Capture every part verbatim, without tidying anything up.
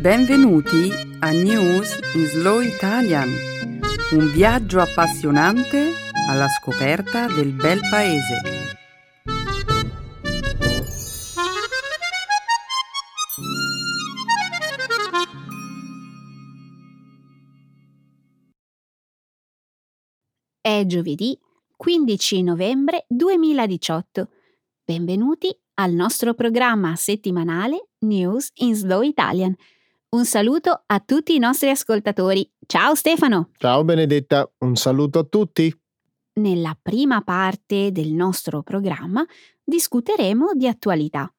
Benvenuti a News in Slow Italian, un viaggio appassionante alla scoperta del bel paese. È giovedì quindici novembre duemiladiciotto. Benvenuti al nostro programma settimanale News in Slow Italian. Un saluto a tutti i nostri ascoltatori. Ciao Stefano! Ciao Benedetta, un saluto a tutti. Nella prima parte del nostro programma discuteremo di attualità.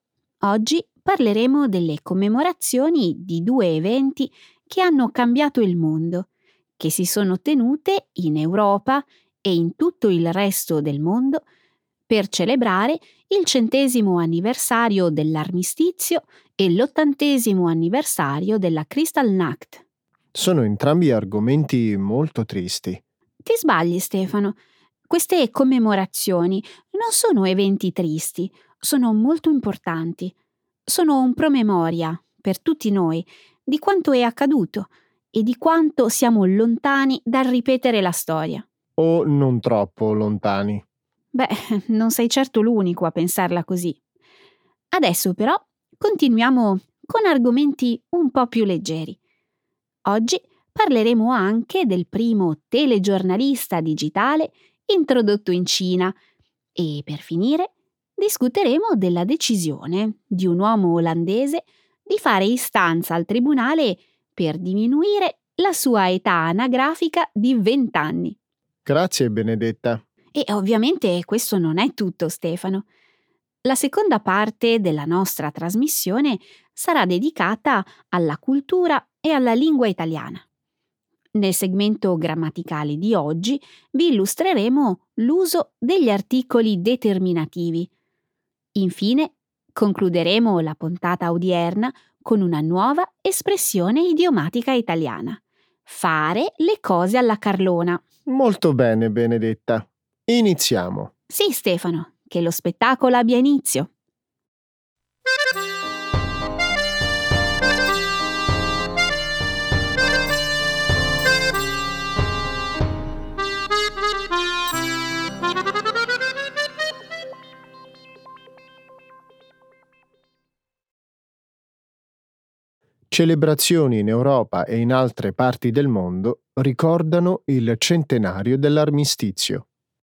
Oggi parleremo delle commemorazioni di due eventi che hanno cambiato il mondo, che si sono tenute in Europa e in tutto il resto del mondo per celebrare il centesimo anniversario dell'armistizio e l'ottantesimo anniversario della Kristallnacht. Sono entrambi argomenti molto tristi. Ti sbagli, Stefano. Queste commemorazioni non sono eventi tristi, sono molto importanti. Sono un promemoria, per tutti noi, di quanto è accaduto e di quanto siamo lontani dal ripetere la storia. O non troppo lontani. Beh, non sei certo l'unico a pensarla così. Adesso però continuiamo con argomenti un po' più leggeri. Oggi parleremo anche del primo telegiornalista digitale introdotto in Cina e, per finire, discuteremo della decisione di un uomo olandese di fare istanza al tribunale per diminuire la sua età anagrafica di venti anni. Grazie Benedetta. E ovviamente questo non è tutto, Stefano. La seconda parte della nostra trasmissione sarà dedicata alla cultura e alla lingua italiana. Nel segmento grammaticale di oggi vi illustreremo l'uso degli articoli determinativi. Infine, concluderemo la puntata odierna con una nuova espressione idiomatica italiana: fare le cose alla carlona. Molto bene Benedetta. Iniziamo. Sì, Stefano, che lo spettacolo abbia inizio. Celebrazioni in Europa e in altre parti del mondo ricordano il centenario dell'armistizio.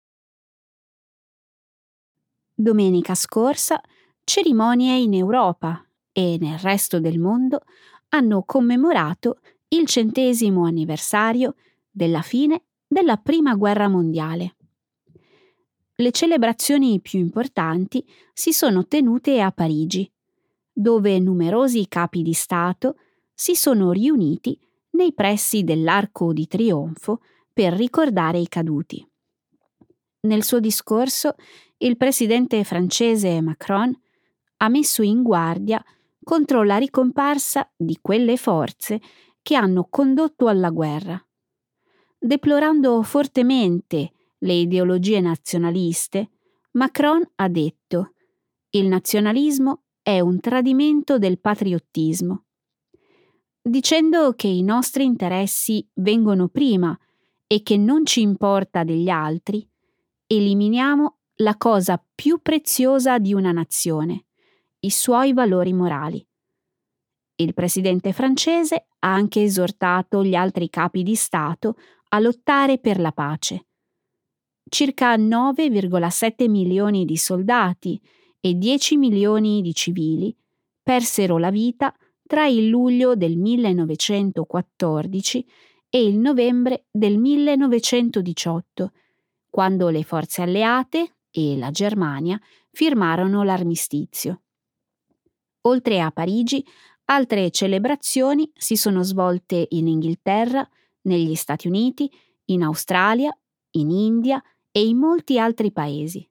Domenica scorsa, cerimonie in Europa e nel resto del mondo hanno commemorato il centesimo anniversario della fine della Prima Guerra Mondiale. Le celebrazioni più importanti si sono tenute a Parigi, dove numerosi capi di Stato si sono riuniti nei pressi dell'Arco di Trionfo per ricordare i caduti. Nel suo discorso, il presidente francese Macron ha messo in guardia contro la ricomparsa di quelle forze che hanno condotto alla guerra. Deplorando fortemente le ideologie nazionaliste, Macron ha detto: «Il nazionalismo è un tradimento del patriottismo», dicendo che i nostri interessi vengono prima e che non ci importa degli altri. Eliminiamo la cosa più preziosa di una nazione, i suoi valori morali. Il presidente francese ha anche esortato gli altri capi di Stato a lottare per la pace. Circa nove virgola sette milioni di soldati e dieci milioni di civili persero la vita tra il luglio del millenovecentoquattordici e il novembre del millenovecentodiciotto, quando le forze alleate e la Germania firmarono l'armistizio. Oltre a Parigi, altre celebrazioni si sono svolte in Inghilterra, negli Stati Uniti, in Australia, in India e in molti altri paesi.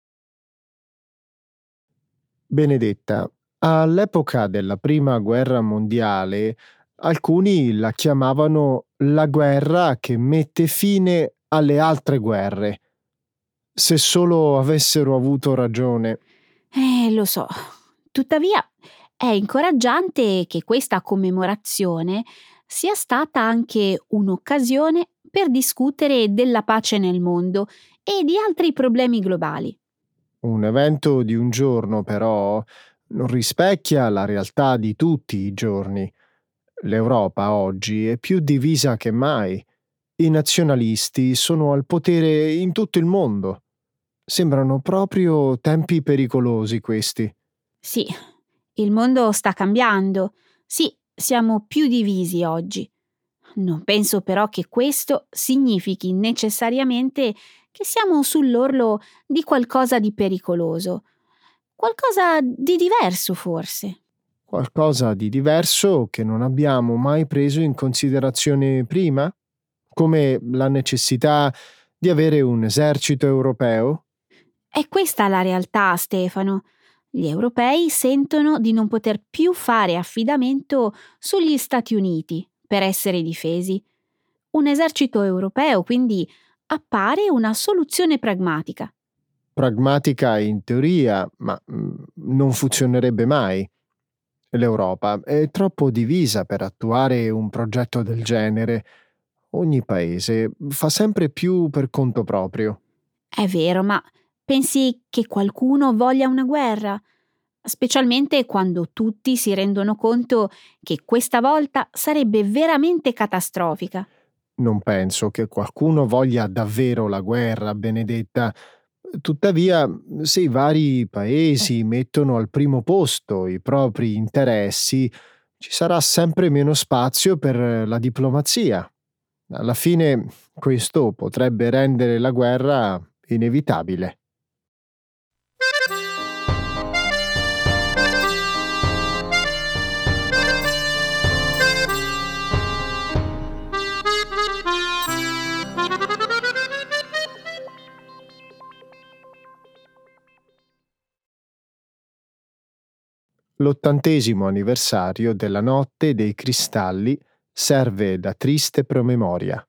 Benedetta, all'epoca della Prima Guerra Mondiale, alcuni la chiamavano la guerra che mette fine alle altre guerre. Se solo avessero avuto ragione. Eh, lo so. Tuttavia, È incoraggiante che questa commemorazione sia stata anche un'occasione per discutere della pace nel mondo e di altri problemi globali. Un evento di un giorno, però, non rispecchia la realtà di tutti i giorni. L'Europa oggi è più divisa che mai. I nazionalisti sono al potere in tutto il mondo. Sembrano proprio tempi pericolosi questi. Sì, il mondo sta cambiando. Sì, siamo più divisi oggi. Non penso però che questo significhi necessariamente che siamo sull'orlo di qualcosa di pericoloso. Qualcosa di diverso, forse. Qualcosa di diverso che non abbiamo mai preso in considerazione prima? Come la necessità di avere un esercito europeo? È questa la realtà, Stefano. Gli europei sentono di non poter più fare affidamento sugli Stati Uniti per essere difesi. Un esercito europeo, quindi, appare una soluzione pragmatica. Pragmatica in teoria, ma mm, non funzionerebbe mai. L'Europa è troppo divisa per attuare un progetto del genere. Ogni paese fa sempre più per conto proprio. È vero, ma pensi che qualcuno voglia una guerra? Specialmente quando tutti si rendono conto che questa volta sarebbe veramente catastrofica. Non penso che qualcuno voglia davvero la guerra, Benedetta. Tuttavia, se i vari paesi mettono al primo posto i propri interessi, ci sarà sempre meno spazio per la diplomazia. Alla fine, questo potrebbe rendere la guerra inevitabile. L'ottantesimo anniversario della Notte dei Cristalli serve da triste promemoria.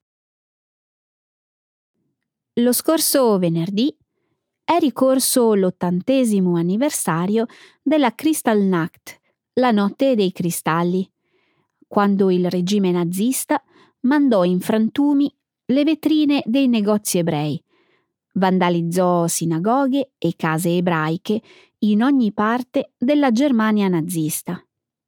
Lo scorso venerdì è ricorso l'ottantesimo anniversario della Kristallnacht, la notte dei cristalli, quando il regime nazista mandò in frantumi le vetrine dei negozi ebrei, vandalizzò sinagoghe e case ebraiche in ogni parte della Germania nazista.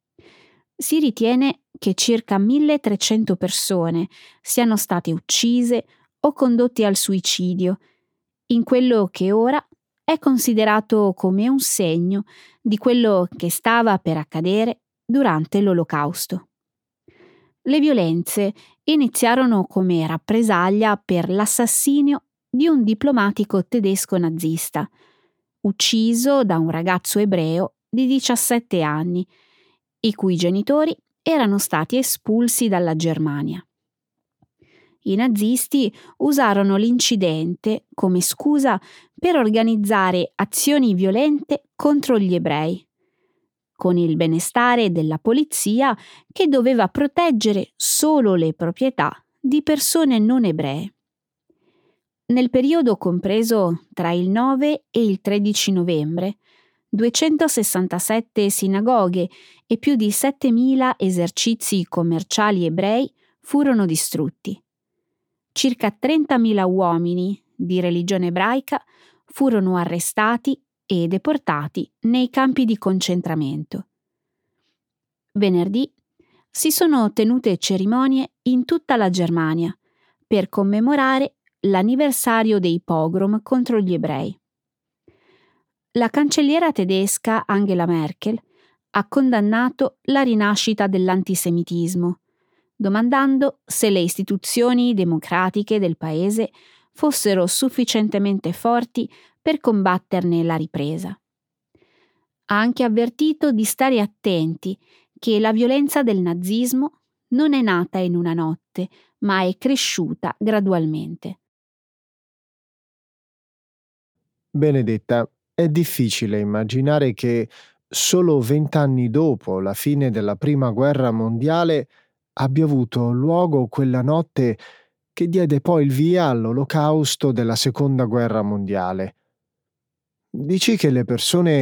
Si ritiene che circa milletrecento persone siano state uccise o condotte al suicidio in quello che ora è considerato come un segno di quello che stava per accadere durante l'Olocausto. Le violenze iniziarono come rappresaglia per l'assassinio di un diplomatico tedesco nazista, ucciso da un ragazzo ebreo di diciassette anni, i cui genitori erano stati espulsi dalla Germania. I nazisti usarono l'incidente come scusa per organizzare azioni violente contro gli ebrei, con il benestare della polizia che doveva proteggere solo le proprietà di persone non ebree. Nel periodo compreso tra il nove e il tredici novembre, duecentosessantasette sinagoghe e più di settemila esercizi commerciali ebrei furono distrutti. Circa trentamila uomini di religione ebraica furono arrestati e deportati nei campi di concentramento. Venerdì si sono tenute cerimonie in tutta la Germania per commemorare l'anniversario dei pogrom contro gli ebrei. La cancelliera tedesca Angela Merkel ha condannato la rinascita dell'antisemitismo, domandando se le istituzioni democratiche del paese fossero sufficientemente forti per combatterne la ripresa. Ha anche avvertito di stare attenti che la violenza del nazismo non è nata in una notte, ma è cresciuta gradualmente. Benedetta, è difficile immaginare che solo vent'anni dopo la fine della Prima Guerra Mondiale abbia avuto luogo quella notte che diede poi il via all'Olocausto della Seconda Guerra Mondiale. Dici che le persone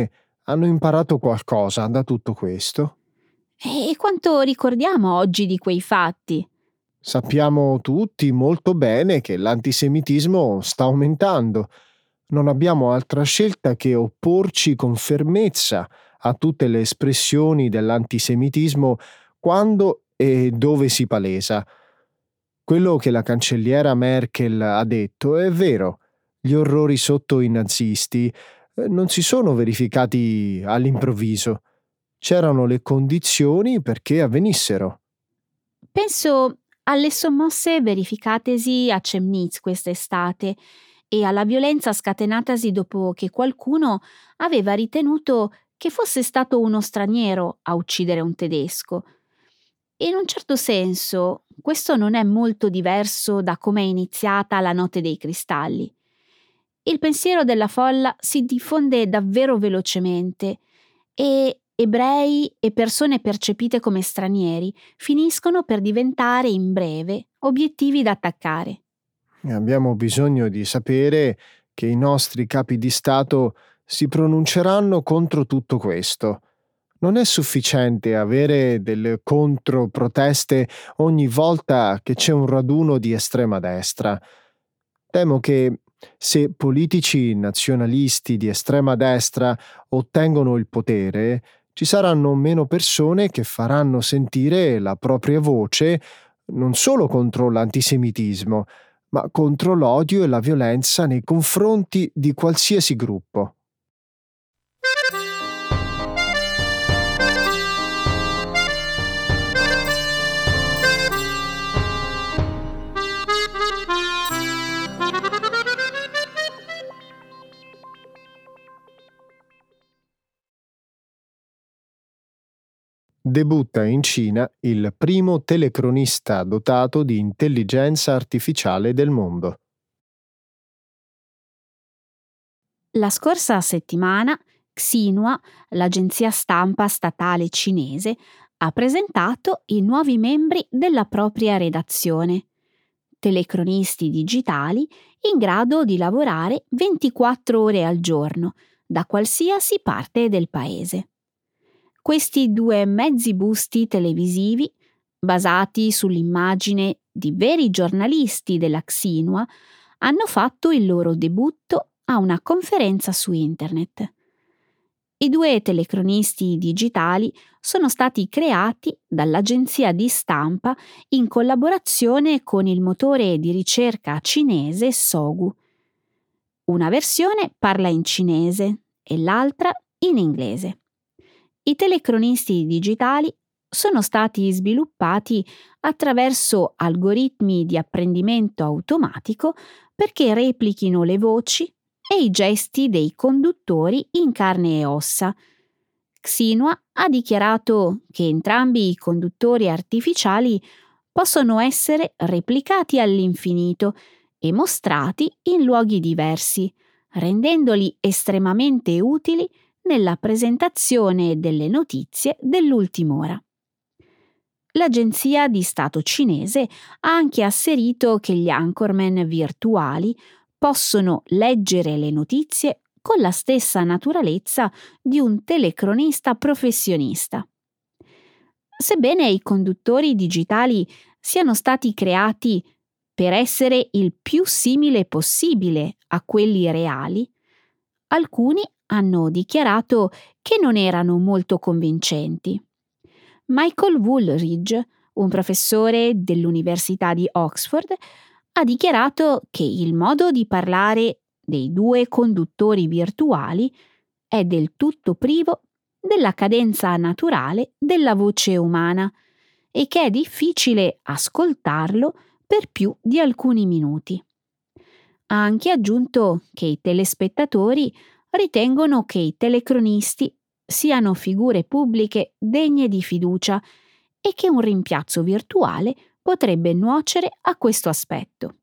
hanno imparato qualcosa da tutto questo? E quanto ricordiamo oggi di quei fatti? Sappiamo tutti molto bene che l'antisemitismo sta aumentando. Non abbiamo altra scelta che opporci con fermezza a tutte le espressioni dell'antisemitismo quando e dove si palesa. Quello che la cancelliera Merkel ha detto è vero. Gli orrori sotto i nazisti eh, non si sono verificati all'improvviso. C'erano le condizioni perché avvenissero. Penso alle sommosse verificatesi a Chemnitz quest'estate e alla violenza scatenatasi dopo che qualcuno aveva ritenuto che fosse stato uno straniero a uccidere un tedesco. In un certo senso, questo non è molto diverso da come è iniziata la Notte dei Cristalli. Il pensiero della folla si diffonde davvero velocemente e ebrei e persone percepite come stranieri finiscono per diventare in breve obiettivi da attaccare. E abbiamo bisogno di sapere che i nostri capi di Stato si pronunceranno contro tutto questo. Non è sufficiente avere delle controproteste ogni volta che c'è un raduno di estrema destra. Temo che se politici nazionalisti di estrema destra ottengono il potere, ci saranno meno persone che faranno sentire la propria voce non solo contro l'antisemitismo, ma contro l'odio e la violenza nei confronti di qualsiasi gruppo. Debutta in Cina il primo telecronista dotato di intelligenza artificiale del mondo. La scorsa settimana Xinhua, l'agenzia stampa statale cinese, ha presentato i nuovi membri della propria redazione. Telecronisti digitali in grado di lavorare ventiquattro ore al giorno, da qualsiasi parte del paese. Questi due mezzi busti televisivi, basati sull'immagine di veri giornalisti della Xinhua, hanno fatto il loro debutto a una conferenza su internet. I due telecronisti digitali sono stati creati dall'agenzia di stampa in collaborazione con il motore di ricerca cinese Sogu. Una versione parla in cinese e l'altra in inglese. I telecronisti digitali sono stati sviluppati attraverso algoritmi di apprendimento automatico perché replichino le voci e i gesti dei conduttori in carne e ossa. Xinhua ha dichiarato che entrambi i conduttori artificiali possono essere replicati all'infinito e mostrati in luoghi diversi, rendendoli estremamente utili nella presentazione delle notizie dell'ultima ora. L'agenzia di Stato cinese ha anche asserito che gli anchorman virtuali possono leggere le notizie con la stessa naturalezza di un telecronista professionista. Sebbene i conduttori digitali siano stati creati per essere il più simile possibile a quelli reali, alcuni hanno dichiarato che non erano molto convincenti. Michael Woolridge, un professore dell'Università di Oxford, ha dichiarato che il modo di parlare dei due conduttori virtuali è del tutto privo della cadenza naturale della voce umana e che è difficile ascoltarlo per più di alcuni minuti. Ha anche aggiunto che i telespettatori ritengono che i telecronisti siano figure pubbliche degne di fiducia e che un rimpiazzo virtuale potrebbe nuocere a questo aspetto.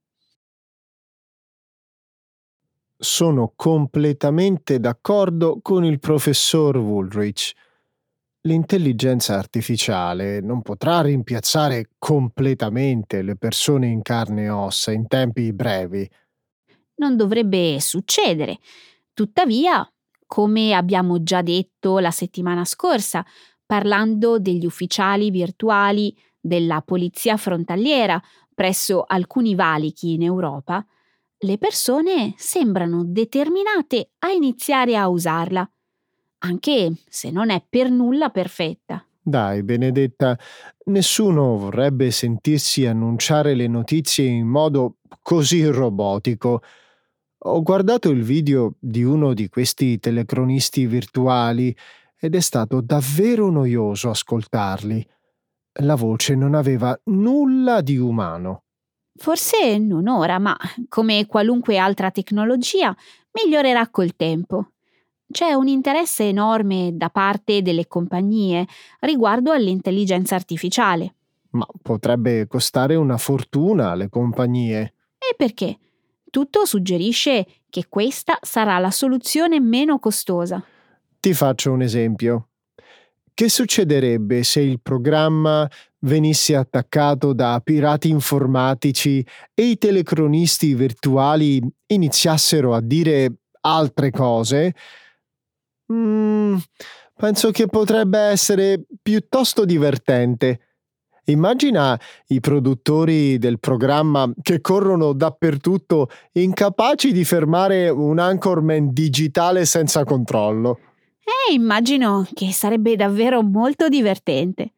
Sono completamente d'accordo con il professor Woolrich. L'intelligenza artificiale non potrà rimpiazzare completamente le persone in carne e ossa in tempi brevi. Non dovrebbe succedere. Tuttavia, come abbiamo già detto la settimana scorsa, parlando degli ufficiali virtuali della polizia frontaliera presso alcuni valichi in Europa, le persone sembrano determinate a iniziare a usarla, anche se non è per nulla perfetta. Dai, Benedetta, nessuno vorrebbe sentirsi annunciare le notizie in modo così robotico. Ho guardato il video di uno di questi telecronisti virtuali ed è stato davvero noioso ascoltarli. La voce non aveva nulla di umano. Forse non ora, ma come qualunque altra tecnologia, migliorerà col tempo. C'è un interesse enorme da parte delle compagnie riguardo all'intelligenza artificiale. Ma potrebbe costare una fortuna alle compagnie. E perché? Tutto suggerisce che questa sarà la soluzione meno costosa. Ti faccio un esempio. Che succederebbe se il programma venisse attaccato da pirati informatici e i telecronisti virtuali iniziassero a dire altre cose? Mm, penso che potrebbe essere piuttosto divertente. Immagina i produttori del programma che corrono dappertutto, incapaci di fermare un anchorman digitale senza controllo. E immagino che sarebbe davvero molto divertente.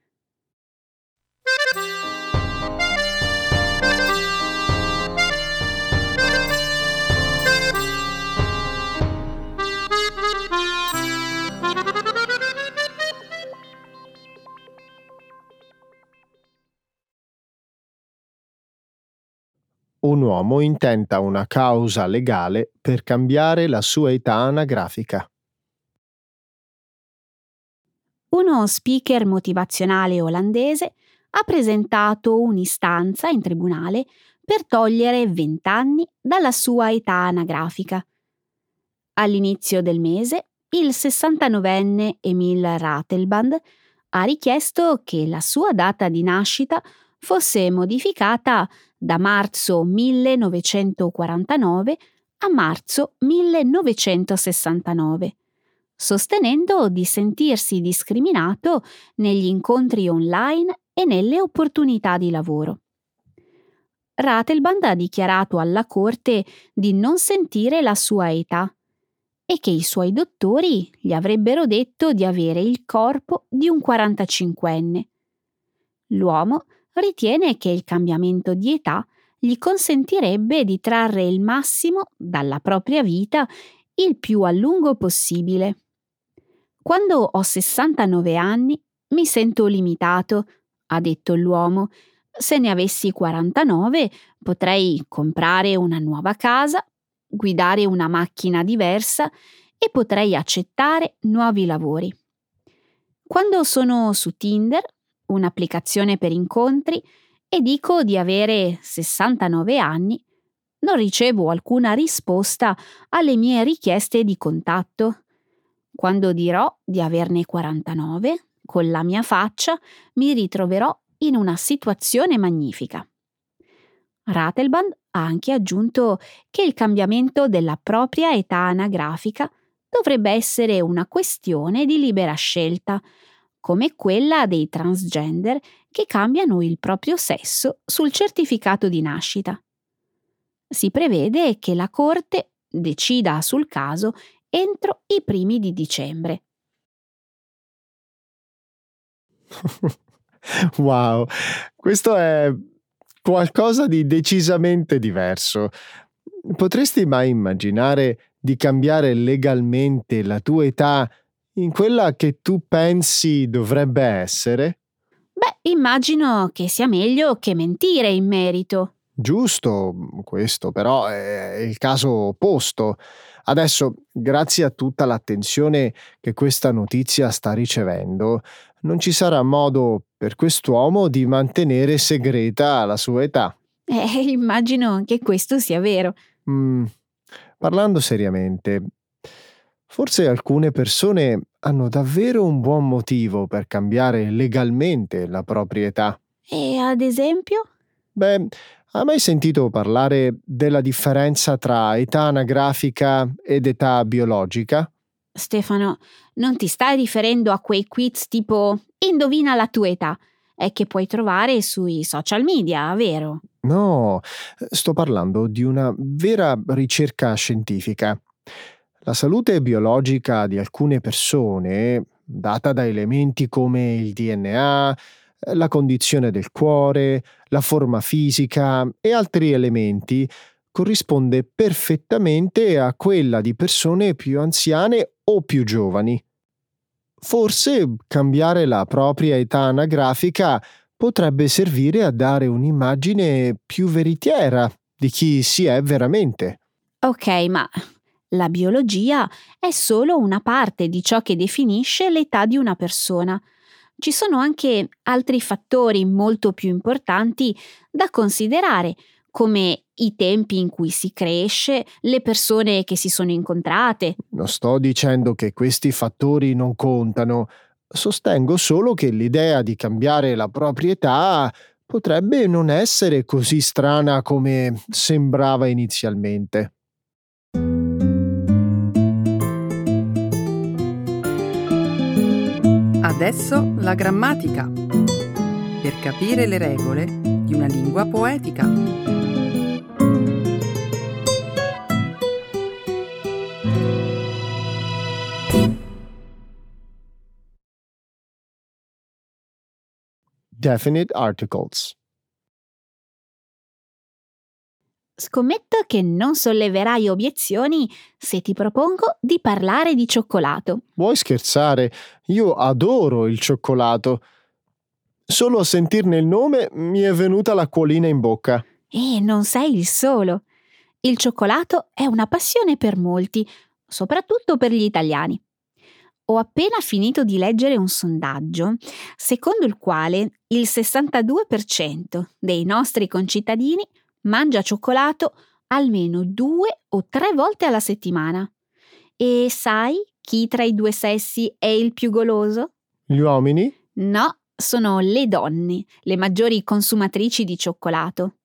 Un uomo intenta una causa legale per cambiare la sua età anagrafica. Uno speaker motivazionale olandese ha presentato un'istanza in tribunale per togliere venti anni dalla sua età anagrafica. All'inizio del mese, il sessantanovenne Emil Ratelband ha richiesto che la sua data di nascita fosse modificata da marzo millenovecentoquarantanove a marzo millenovecentosessantanove, sostenendo di sentirsi discriminato negli incontri online e nelle opportunità di lavoro. Ratelband ha dichiarato alla corte di non sentire la sua età e che i suoi dottori gli avrebbero detto di avere il corpo di un quarantacinquenne. L'uomo ritiene che il cambiamento di età gli consentirebbe di trarre il massimo dalla propria vita il più a lungo possibile. Quando ho sessantanove anni mi sento limitato, ha detto l'uomo. Se ne avessi quarantanove potrei comprare una nuova casa, guidare una macchina diversa e potrei accettare nuovi lavori. Quando sono su Tinder, un'applicazione per incontri, e dico di avere sessantanove anni, non ricevo alcuna risposta alle mie richieste di contatto. Quando dirò di averne quarantanove, con la mia faccia mi ritroverò in una situazione magnifica. Ratelband ha anche aggiunto che il cambiamento della propria età anagrafica dovrebbe essere una questione di libera scelta, come quella dei transgender che cambiano il proprio sesso sul certificato di nascita. Si prevede che la Corte decida sul caso entro i primi di dicembre. Wow, questo è qualcosa di decisamente diverso. Potresti mai immaginare di cambiare legalmente la tua età in quella che tu pensi dovrebbe essere? Beh, immagino che sia meglio che mentire in merito. Giusto, questo però è il caso opposto. Adesso, grazie a tutta l'attenzione che questa notizia sta ricevendo, non ci sarà modo per quest'uomo di mantenere segreta la sua età. Eh, immagino che questo sia vero. Mm, parlando seriamente, forse alcune persone hanno davvero un buon motivo per cambiare legalmente la propria età. E ad esempio? Beh, hai mai sentito parlare della differenza tra età anagrafica ed età biologica? Stefano, non ti stai riferendo a quei quiz tipo indovina la tua età, eh, che puoi trovare sui social media, vero? No, sto parlando di una vera ricerca scientifica. La salute biologica di alcune persone, data da elementi come il D N A, la condizione del cuore, la forma fisica e altri elementi, corrisponde perfettamente a quella di persone più anziane o più giovani. Forse cambiare la propria età anagrafica potrebbe servire a dare un'immagine più veritiera di chi si è veramente. Ok, ma la biologia è solo una parte di ciò che definisce l'età di una persona. Ci sono anche altri fattori molto più importanti da considerare, come i tempi in cui si cresce, le persone che si sono incontrate. Non sto dicendo che questi fattori non contano, sostengo solo che l'idea di cambiare la propria età potrebbe non essere così strana come sembrava inizialmente. Adesso la grammatica, per capire le regole di una lingua poetica. Definite articles. Scommetto che non solleverai obiezioni se ti propongo di parlare di cioccolato. Vuoi scherzare? Io adoro il cioccolato. Solo a sentirne il nome mi è venuta l'acquolina in bocca. E non sei il solo. Il cioccolato è una passione per molti, soprattutto per gli italiani. Ho appena finito di leggere un sondaggio secondo il quale il sessantadue per cento dei nostri concittadini mangia cioccolato almeno due o tre volte alla settimana. E sai chi tra i due sessi è il più goloso? Gli uomini? No, sono le donne, le maggiori consumatrici di cioccolato.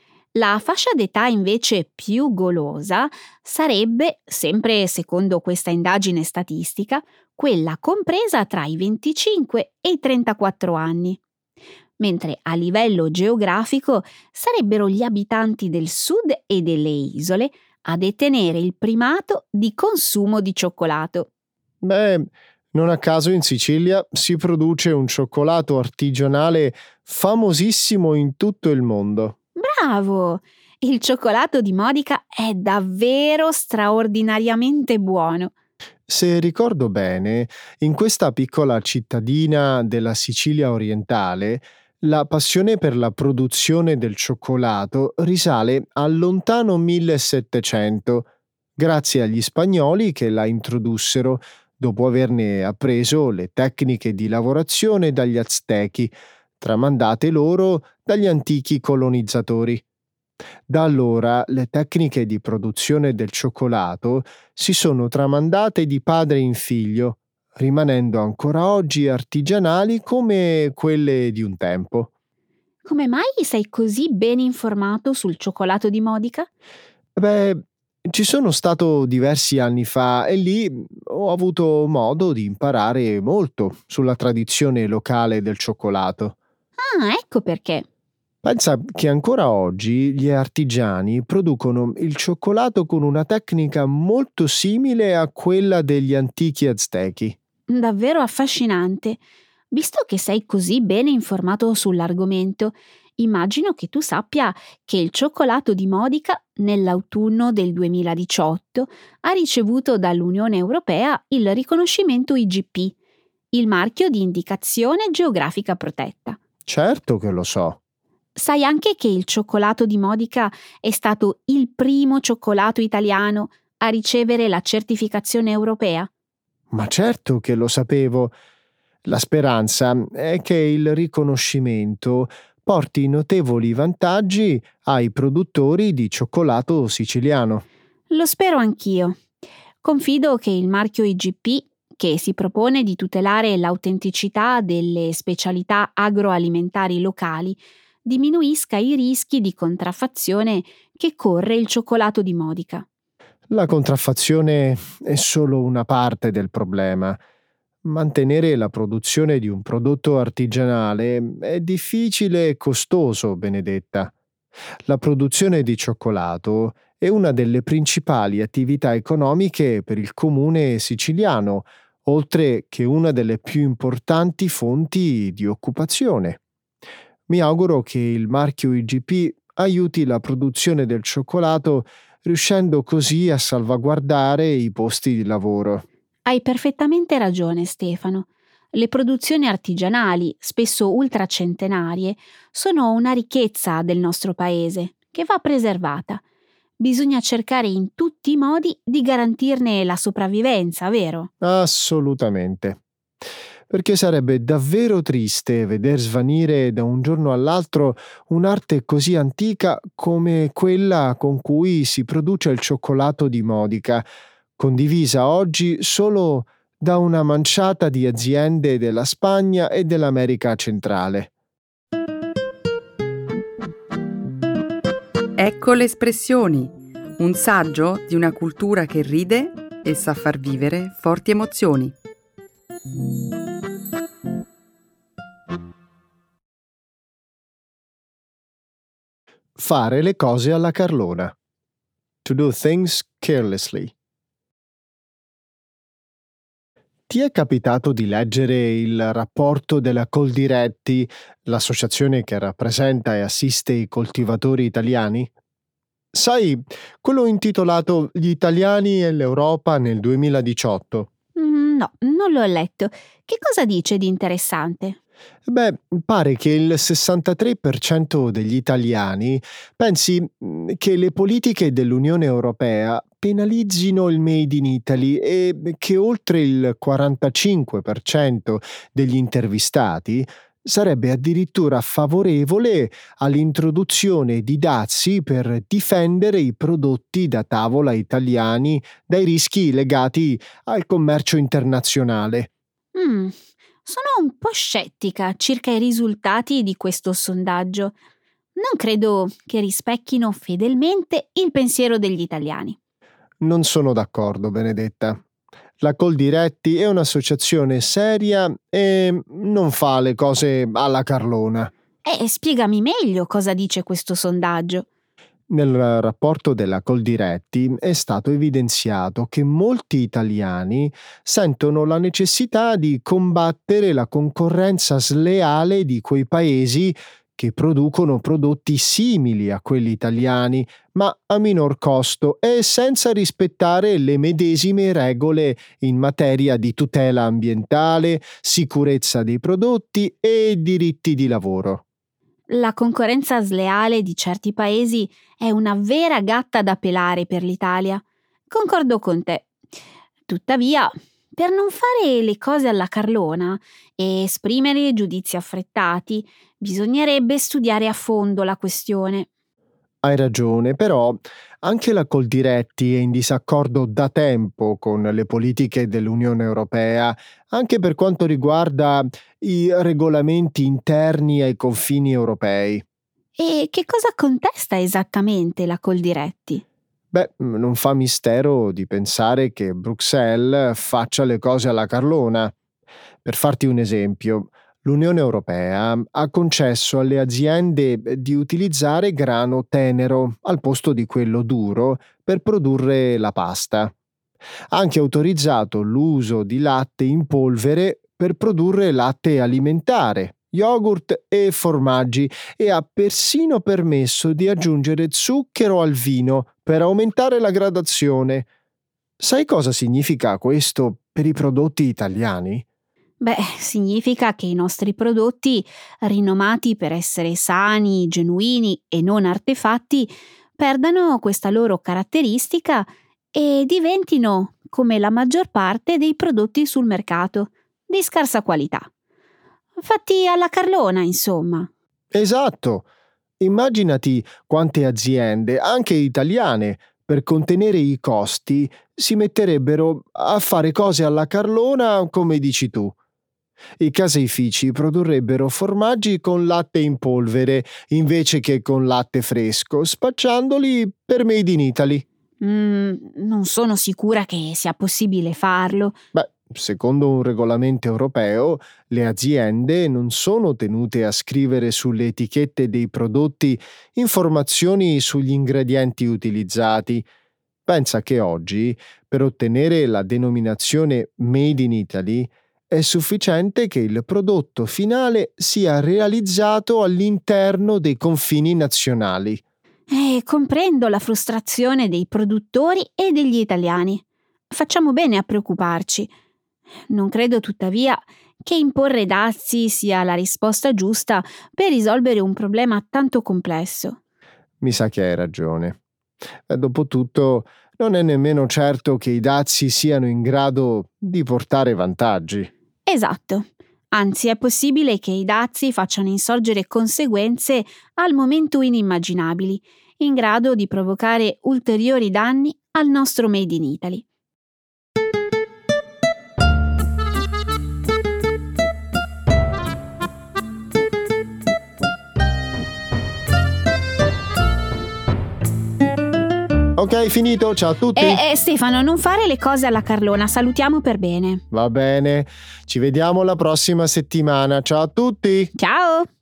La fascia d'età invece più golosa sarebbe, sempre secondo questa indagine statistica, quella compresa tra i venticinque e i trentaquattro anni, mentre a livello geografico sarebbero gli abitanti del sud e delle isole a detenere il primato di consumo di cioccolato. Beh, non a caso in Sicilia si produce un cioccolato artigianale famosissimo in tutto il mondo. Bravo! Il cioccolato di Modica è davvero straordinariamente buono. Se ricordo bene, in questa piccola cittadina della Sicilia orientale, la passione per la produzione del cioccolato risale al lontano millesettecento, grazie agli spagnoli che la introdussero dopo averne appreso le tecniche di lavorazione dagli Aztechi, tramandate loro dagli antichi colonizzatori. Da allora le tecniche di produzione del cioccolato si sono tramandate di padre in figlio, rimanendo ancora oggi artigianali come quelle di un tempo. Come mai sei così ben informato sul cioccolato di Modica? Beh, ci sono stato diversi anni fa e lì ho avuto modo di imparare molto sulla tradizione locale del cioccolato. Ah, ecco perché. Pensa che ancora oggi gli artigiani producono il cioccolato con una tecnica molto simile a quella degli antichi Aztechi. Davvero affascinante. Visto che sei così bene informato sull'argomento, immagino che tu sappia che il cioccolato di Modica nell'autunno del duemiladiciotto ha ricevuto dall'Unione Europea il riconoscimento I G P, il marchio di indicazione geografica protetta. Certo che lo so. Sai anche che il cioccolato di Modica è stato il primo cioccolato italiano a ricevere la certificazione europea? Ma certo che lo sapevo. La speranza è che il riconoscimento porti notevoli vantaggi ai produttori di cioccolato siciliano. Lo spero anch'io. Confido che il marchio I G P, che si propone di tutelare l'autenticità delle specialità agroalimentari locali, diminuisca i rischi di contraffazione che corre il cioccolato di Modica. La contraffazione è solo una parte del problema. Mantenere la produzione di un prodotto artigianale è difficile e costoso, Benedetta. La produzione di cioccolato è una delle principali attività economiche per il comune siciliano, oltre che una delle più importanti fonti di occupazione. Mi auguro che il marchio I G P aiuti la produzione del cioccolato, riuscendo così a salvaguardare i posti di lavoro. Hai perfettamente ragione, Stefano. Le produzioni artigianali, spesso ultracentenarie, sono una ricchezza del nostro paese che va preservata. Bisogna cercare in tutti i modi di garantirne la sopravvivenza, vero? Assolutamente. Perché sarebbe davvero triste veder svanire da un giorno all'altro un'arte così antica come quella con cui si produce il cioccolato di Modica, condivisa oggi solo da una manciata di aziende della Spagna e dell'America centrale. Ecco le espressioni, un saggio di una cultura che ride e sa far vivere forti emozioni. Fare le cose alla carlona. To do things carelessly. Ti è capitato di leggere il rapporto della Coldiretti, l'associazione che rappresenta e assiste i coltivatori italiani? Sai, quello intitolato Gli italiani e l'Europa nel duemiladiciotto. Mm, no, non l'ho letto. Che cosa dice di interessante? Beh, pare che il sessantatré per cento degli italiani pensi mh, che le politiche dell'Unione Europea penalizzino il Made in Italy e che oltre il quarantacinque per cento degli intervistati sarebbe addirittura favorevole all'introduzione di dazi per difendere i prodotti da tavola italiani dai rischi legati al commercio internazionale. Mm, sono un po' scettica circa i risultati di questo sondaggio. Non credo che rispecchino fedelmente il pensiero degli italiani. Non sono d'accordo, Benedetta. La Coldiretti è un'associazione seria e non fa le cose alla carlona. E spiegami meglio cosa dice questo sondaggio. Nel rapporto della Coldiretti è stato evidenziato che molti italiani sentono la necessità di combattere la concorrenza sleale di quei paesi che producono prodotti simili a quelli italiani, ma a minor costo e senza rispettare le medesime regole in materia di tutela ambientale, sicurezza dei prodotti e diritti di lavoro. La concorrenza sleale di certi paesi è una vera gatta da pelare per l'Italia. Concordo con te. Tuttavia, per non fare le cose alla carlona e esprimere giudizi affrettati, bisognerebbe studiare a fondo la questione. Hai ragione, però anche la Coldiretti è in disaccordo da tempo con le politiche dell'Unione Europea, anche per quanto riguarda i regolamenti interni ai confini europei. E che cosa contesta esattamente la Coldiretti? Beh, non fa mistero di pensare che Bruxelles faccia le cose alla carlona. Per farti un esempio, l'Unione Europea ha concesso alle aziende di utilizzare grano tenero al posto di quello duro per produrre la pasta. Ha anche autorizzato l'uso di latte in polvere per produrre latte alimentare, yogurt e formaggi e ha persino permesso di aggiungere zucchero al vino per aumentare la gradazione. Sai cosa significa questo per i prodotti italiani? Beh, significa che i nostri prodotti, rinomati per essere sani, genuini e non artefatti, perdano questa loro caratteristica e diventino, come la maggior parte dei prodotti sul mercato, di scarsa qualità. Fatti alla carlona, insomma. Esatto. Immaginati quante aziende, anche italiane, per contenere i costi, si metterebbero a fare cose alla carlona, come dici tu. I caseifici produrrebbero formaggi con latte in polvere invece che con latte fresco, spacciandoli per Made in Italy. Mm, non sono sicura che sia possibile farlo. Beh, secondo un regolamento europeo, le aziende non sono tenute a scrivere sulle etichette dei prodotti informazioni sugli ingredienti utilizzati. Pensa che oggi, per ottenere la denominazione Made in Italy, è sufficiente che il prodotto finale sia realizzato all'interno dei confini nazionali. Eh, comprendo la frustrazione dei produttori e degli italiani. Facciamo bene a preoccuparci. Non credo tuttavia che imporre dazi sia la risposta giusta per risolvere un problema tanto complesso. Mi sa che hai ragione. E dopotutto, non è nemmeno certo che i dazi siano in grado di portare vantaggi. Esatto. Anzi, è possibile che i dazi facciano insorgere conseguenze al momento inimmaginabili, in grado di provocare ulteriori danni al nostro Made in Italy. Ok, finito, ciao a tutti. Eh, eh, Stefano, non fare le cose alla carlona, salutiamo per bene. Va bene, ci vediamo la prossima settimana. Ciao a tutti. Ciao!